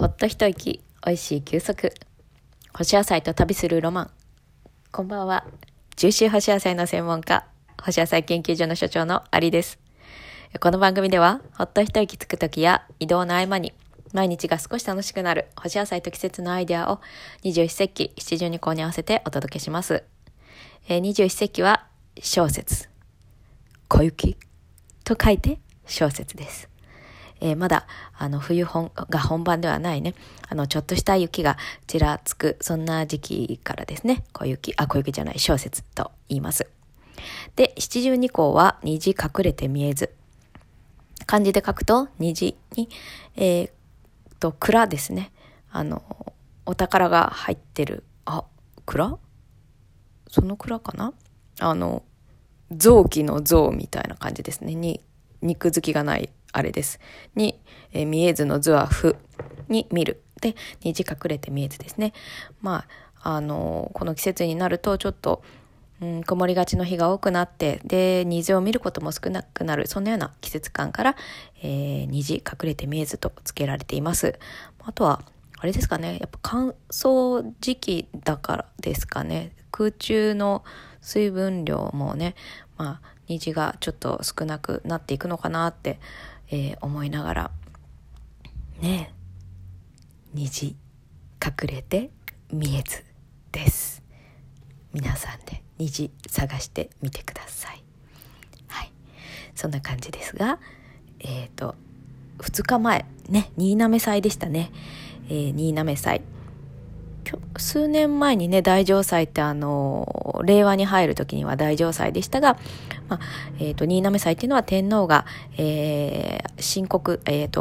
ほっと一息、おいしい休息。干し野菜と旅するロマン。こんばんは。ジューシー干し野菜の専門家、干し野菜研究所の所長のアリです。この番組では、ほっと一息つくときや移動の合間に、毎日が少し楽しくなる干し野菜と季節のアイデアを二十四節気七十二候に合わせてお届けします。二十四節気は小雪、小雪と書いて小雪です。まだ冬が本番ではないね、ちょっとした雪がちらつく、そんな時期からですね、小雪じゃない、小雪と言います。で、七十二候は虹隠れて見えず、漢字で書くと虹に蔵ですね、お宝が入ってる、蔵、その蔵かな、臓器の臓みたいな感じですね。に肉付きがないあれですに、見えずの図はふに見るで、虹隠れて見えずですね。この季節になるとちょっと、曇りがちの日が多くなって、で虹を見ることも少なくなる、そんなような季節感から、虹隠れて見えずと付けられています。あとはあれですかね、やっぱ乾燥時期だからですかね。空中の水分量もね、虹がちょっと少なくなっていくのかなって、思いながらね、虹隠れて見えずです。皆さんで虹探してみてください。はい、そんな感じですが、2日前ね、新嘗祭でしたね。新嘗祭、数年前にね、大嘗祭って令和に入る時には大嘗祭でしたが、新嘗祭っていうのは天皇が、新国、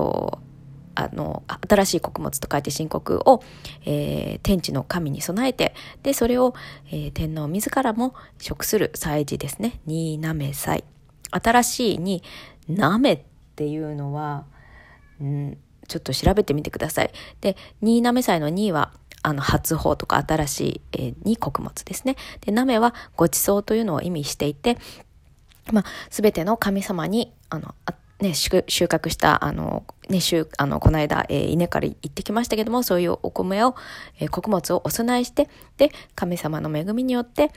新しい穀物と書いて新穀を、天地の神に備えて、でそれを、天皇自らも食する祭事ですね。新嘗祭、新しいになめっていうのは、ちょっと調べてみてください。で、新嘗祭のには初穂とか新しい、に穀物ですね。で、なめはごちそうというのを意味していて、すべての神様に収穫したこの間、稲刈り行ってきましたけども、そういうお米を、穀物をお供えして、で神様の恵みによって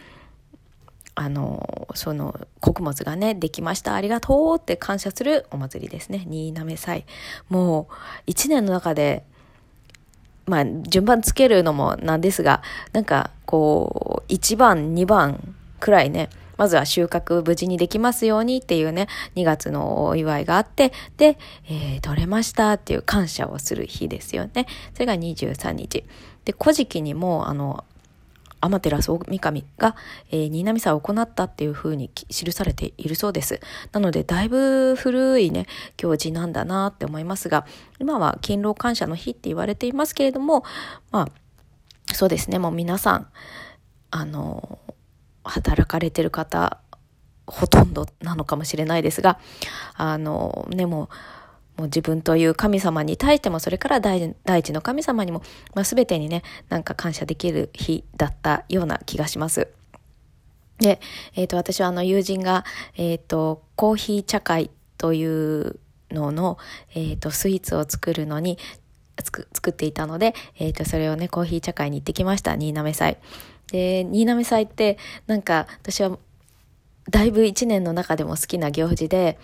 その穀物がねできました、ありがとうって感謝するお祭りですね。新嘗祭、もう一年の中で順番つけるのもなんですが、なんかこう1番2番くらいね、まずは収穫無事にできますようにっていうね、2月のお祝いがあって、で、取れましたっていう感謝をする日ですよね。それが23日で、古事記にも天照大神が、新嘗祭を行ったっていうふうに記されているそうです。なのでだいぶ古いね行事なんだなって思いますが、今は勤労感謝の日って言われていますけれども、そうですね、もう皆さん働かれてる方ほとんどなのかもしれないですが、もう自分という神様に対しても、それから大地の神様にも、全てにね、なんか感謝できる日だったような気がします。で、私は友人が、コーヒー茶会というのの、スイーツを作るのに作っていたので、それをね、コーヒー茶会に行ってきました。新嘗祭で、新嘗祭ってなんか私はだいぶ一年の中でも好きな行事で、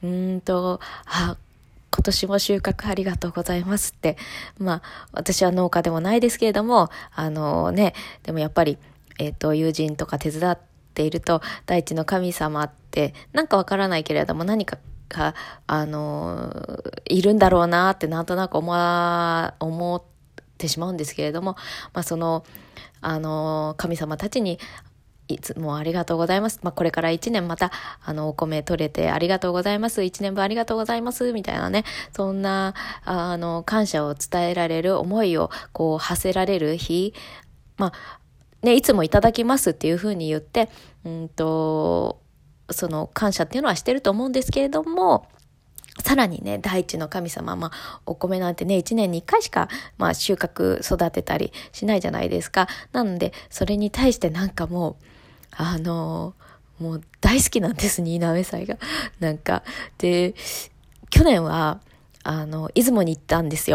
今年も収穫ありがとうございますって、私は農家でもないですけれども、でもやっぱり、友人とか手伝っていると、大地の神様ってなんかわからないけれども、何かがいるんだろうなってなんとなく思ってしまうんですけれども、その神様たちにいつもありがとうございます。これから1年またお米取れてありがとうございます。1年分ありがとうございますみたいなね、そんな感謝を伝えられる、思いをこう馳せられる日、いつもいただきますっていうふうに言って、その感謝っていうのはしてると思うんですけれども、さらにね、大地の神様、お米なんてね、1年に1回しか、収穫育てたりしないじゃないですか。なので、それに対してなんかもう大好きなんです、新嘗祭が。なんか、で、去年は、出雲に行ったんですよ。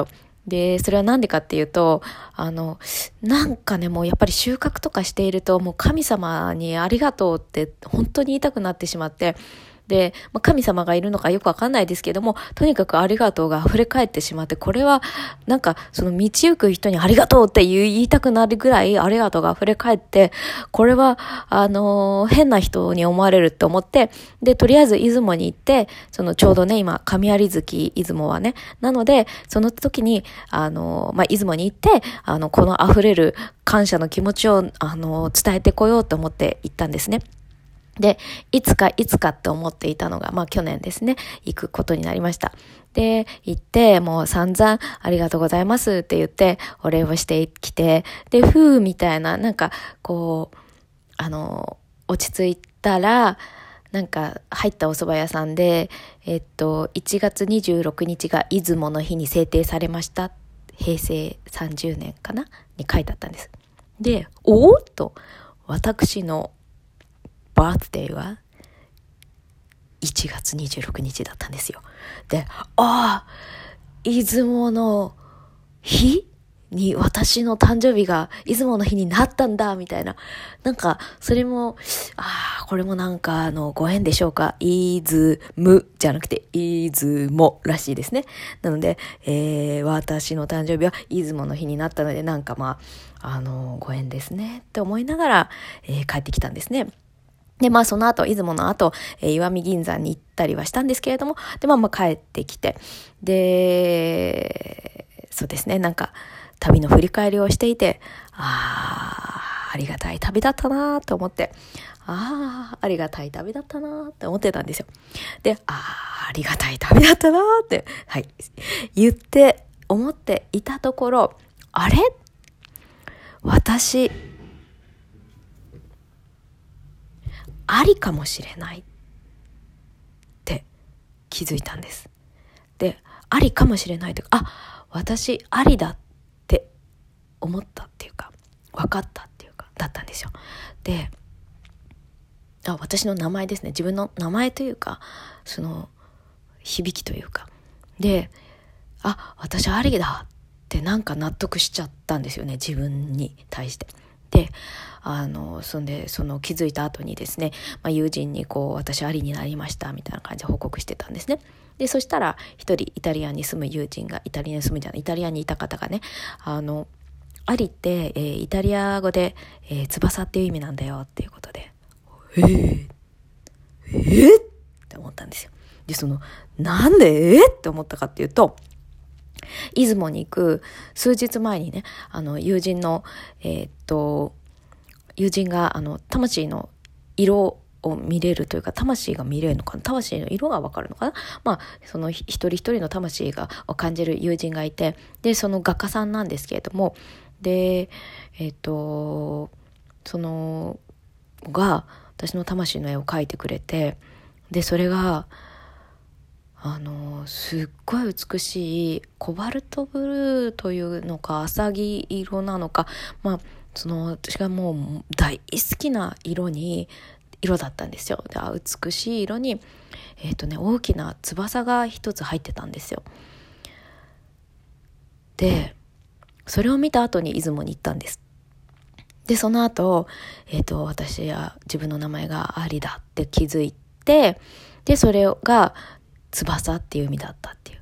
で、それはなんでかっていうと、なんかね、もうやっぱり収穫とかしていると、もう神様にありがとうって本当に言いたくなってしまって、で、神様がいるのかよくわかんないですけども、とにかくありがとうが溢れ返ってしまって、これは、なんか、その道行く人にありがとうって言いたくなるぐらいありがとうが溢れ返って、これは、変な人に思われるって思って、で、とりあえず出雲に行って、ちょうどね、今、神有月、出雲はね、なので、その時に、出雲に行って、この溢れる感謝の気持ちを、伝えてこようと思って行ったんですね。で、いつかって思っていたのが、去年ですね、行くことになりました。で、行って、もう散々ありがとうございますって言って、お礼をしてきて、で、みたいな、なんか、こう、落ち着いたら、なんか、入ったお蕎麦屋さんで、1月26日が出雲の日に制定されました。平成30年かなに書いてあったんです。で、おーっと、私のバースデーは1月26日だったんですよ。で、出雲の日に私の誕生日が出雲の日になったんだ、みたいな。なんか、それも、これもなんかご縁でしょうか。出雲じゃなくて、出雲らしいですね。なので、私の誕生日は出雲の日になったので、なんかご縁ですね。って思いながら、帰ってきたんですね。で、その後、出雲の後、石見銀山に行ったりはしたんですけれども、で、帰ってきて、で、そうですね、なんか、旅の振り返りをしていて、ありがたい旅だったなと思って、ありがたい旅だったなって思ってたんですよ。で、ありがたい旅だったなって、はい、思っていたところ、あれ？私、ありかもしれないって気づいたんです。で、ありかもしれないというか、私ありだって思ったっていうか、分かったっていうか、だったんですよ。で、私の名前ですね。自分の名前というか、その響きというか。で、私ありだってなんか納得しちゃったんですよね。自分に対して。で、その気づいた後にですね、友人に私ありになりましたみたいな感じで報告してたんですね。で、そしたら一人イタリアに住む友人が、イタリアにいた方がね、ありって、イタリア語で、翼っていう意味なんだよっていうことで、って思ったんですよ。で、なんでって思ったかっていうと、出雲に行く数日前にね、友人の、友人が魂の色を見れるというか、魂が見れるのかな、魂の色がわかるのかな、その一人一人の魂を感じる友人がいて、でその画家さんなんですけれども、でそのが私の魂の絵を描いてくれて、でそれがすっごい美しいコバルトブルーというのか浅黄色なのか、私がもう大好きな色だったんですよ。で、美しい色に大きな翼が一つ入ってたんですよ。でそれを見た後に出雲に行ったんです。でその後、私は自分の名前がアリだって気づいて、でそれが翼っていう意味だったっていう。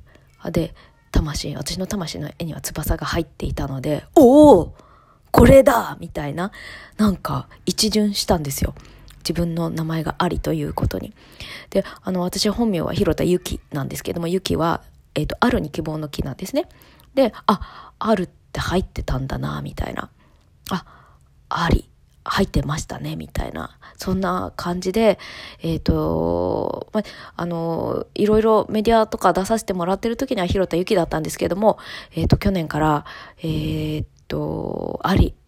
で私の魂の絵には翼が入っていたので、これだみたいな、なんか一巡したんですよ。自分の名前がありということに。で私本名は広田由紀なんですけども、由紀は、あるに希望の木なんですね。であるって入ってたんだなみたいな、あり入ってましたねみたいな、そんな感じでいろいろメディアとか出させてもらってる時には広田由紀だったんですけども、去年からあり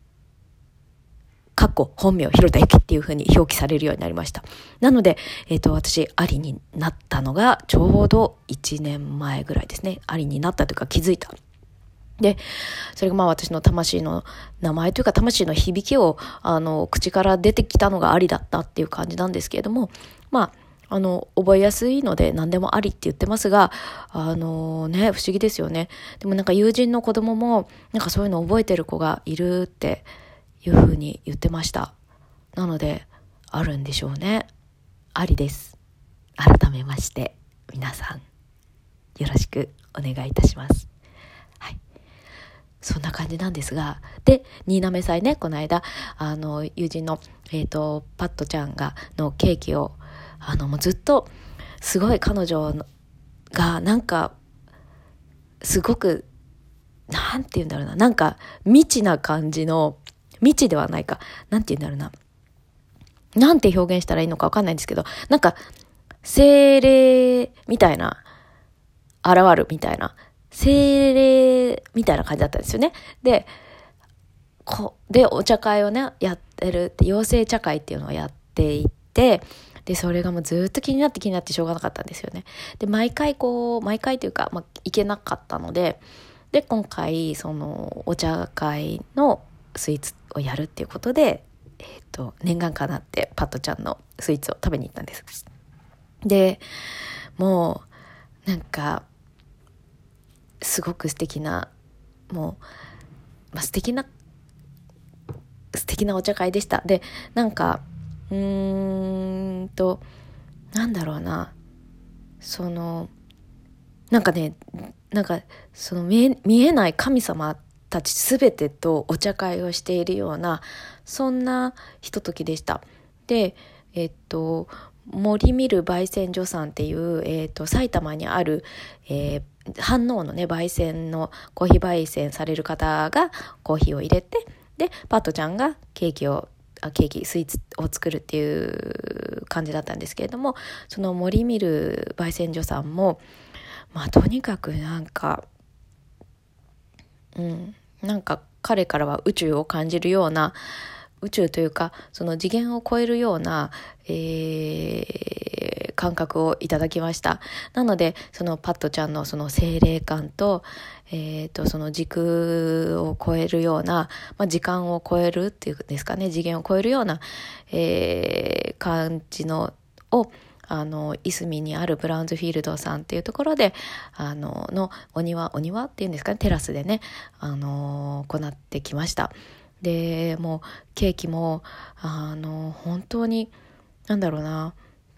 本名広田由紀っていう風に表記されるようになりました。なので、私ありになったのがちょうど1年前ぐらいですね。ありになったというか気づいた。でそれが私の魂の名前というか魂の響きを口から出てきたのがありだったっていう感じなんですけれども、 覚えやすいので何でもありって言ってますが、不思議ですよね。でもなんか友人の子供も、なんかそういうの覚えてる子がいるっていうふうに言ってました。なので、あるんでしょうね。ありです。改めまして、皆さん、よろしくお願いいたします。はい。そんな感じなんですが、で、新滑祭ね、この間、友人の、パットちゃんのケーキを、もうずっと、すごい彼女が、なんか、すごく、なんて言うんだろうな、なんか、未知な感じの、未知ではないか、なんて言うんだろうな、なんて表現したらいいのかわかんないんですけど、なんか、精霊みたいな、現るみたいな、精霊みたいな感じだったんですよね。で、お茶会をね、やってるって、妖精茶会っていうのをやっていて、で、それがもうずっと気になってしょうがなかったんですよね。で、毎回というか、行けなかったので、で、今回、お茶会のスイーツをやるっていうことで、念願かなってパットちゃんのスイーツを食べに行ったんです。で、もう、なんか、すごく素敵な、もう、素敵なお茶会でした。で、なんか、なんだろうな、なんかね、見えない神様たちすべてとお茶会をしているような、そんなひとときでした。で、森見る焙煎所さんっていう、埼玉にある、飯能のね、焙煎のコーヒー焙煎される方がコーヒーを入れて、で、パットちゃんがスイーツを作るっていう感じだったんですけれども、その森見る焙煎所さんも、とにかくなんか彼からは宇宙を感じるような、宇宙というかその次元を超えるような、感覚をいただきました。なのでそのパットちゃんのその精霊感と、その時空を超えるような、時間を超えるっていうんですかね、次元を超えるような、感じのをいすみにあるブラウンズフィールドさんっていうところで、のお庭っていうんですかね、テラスでね、行ってきました。で、もうケーキも、本当に、なんだろうな、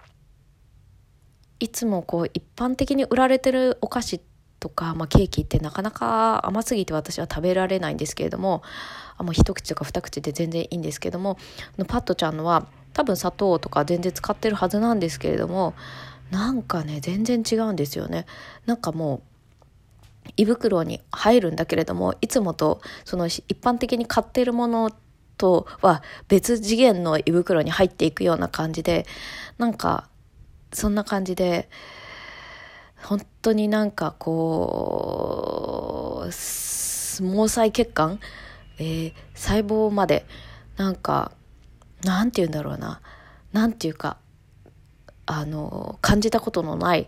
いつもこう一般的に売られてるお菓子とか、ケーキってなかなか甘すぎて私は食べられないんですけれども、もう一口とか二口で全然いいんですけども、パットちゃんのは多分砂糖とか全然使ってるはずなんですけれども、なんかね全然違うんですよね。なんかもう胃袋に入るんだけれども、いつもとその一般的に買っているものとは別次元の胃袋に入っていくような感じで、なんかそんな感じで、本当になんかこう毛細血管、細胞までなんかなんて言うんだろうな、なんていうか感じたことのない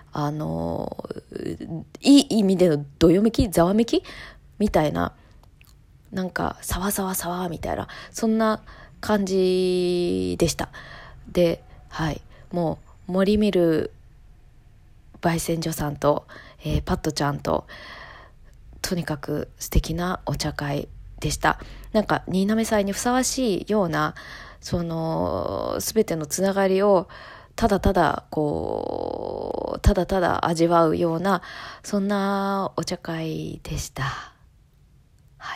いい意味でのどよめきざわめきみたいな、なんかさわさわさわみたいな、そんな感じでした。で、はい、もう森見る焙煎所さんと、パットちゃんととにかく素敵なお茶会でした。なんか新滑祭にふさわしいような、その全てのつながりをただただ味わうような、そんなお茶会でした。はい、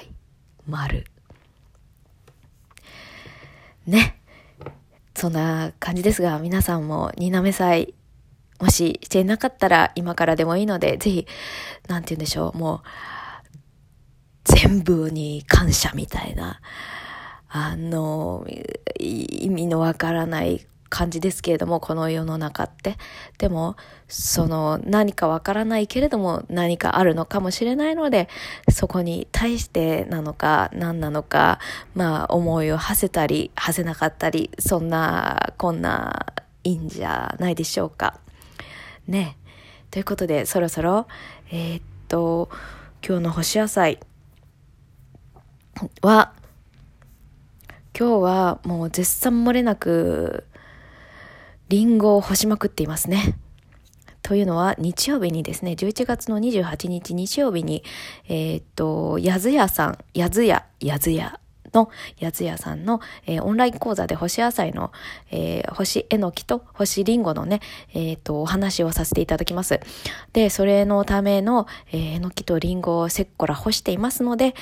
ね、そんな感じですが、皆さんも新滑祭もししていなかったら今からでもいいので、ぜひなんて言うんでしょう、もう全部に感謝みたいな、意味のわからない感じですけれども、この世の中って。でも、その何かわからないけれども何かあるのかもしれないので、そこに対してなのか何なのか、思いを馳せたり馳せなかったり、そんなこんないいんじゃないでしょうか。ね。ということで、そろそろ、今日の星野菜は、今日はもう絶賛漏れなくリンゴを干しまくっていますね。というのは日曜日にですね、11月の28日日曜日に、やずやさんの、オンライン講座で干し野菜の、干しえのきと干しりんごのね、お話をさせていただきます。で、それのための、えのきとりんごをせっこら干していますので、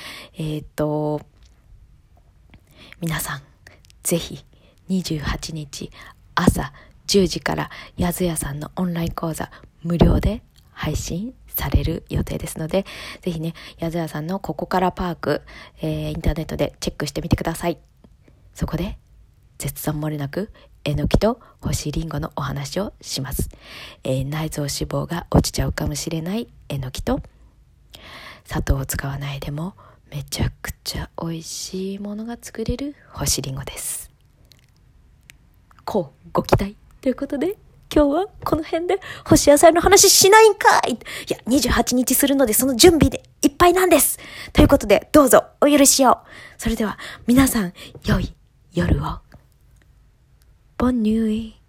皆さん、ぜひ28日朝10時からやずやさんのオンライン講座無料で配信される予定ですので、ぜひね、やずやさんのここからパーク、インターネットでチェックしてみてください。そこで絶賛漏れなくえのきと干しりんごのお話をします。内臓脂肪が落ちちゃうかもしれないえのきと、砂糖を使わないでもめちゃくちゃ美味しいものが作れる干しりんごです。こうご期待ということで、今日はこの辺で干し野菜の話しないんかい。いや、28日するのでその準備でいっぱいなんです。ということで、どうぞお許しを。それでは皆さん、良い夜を。ボンニュイ。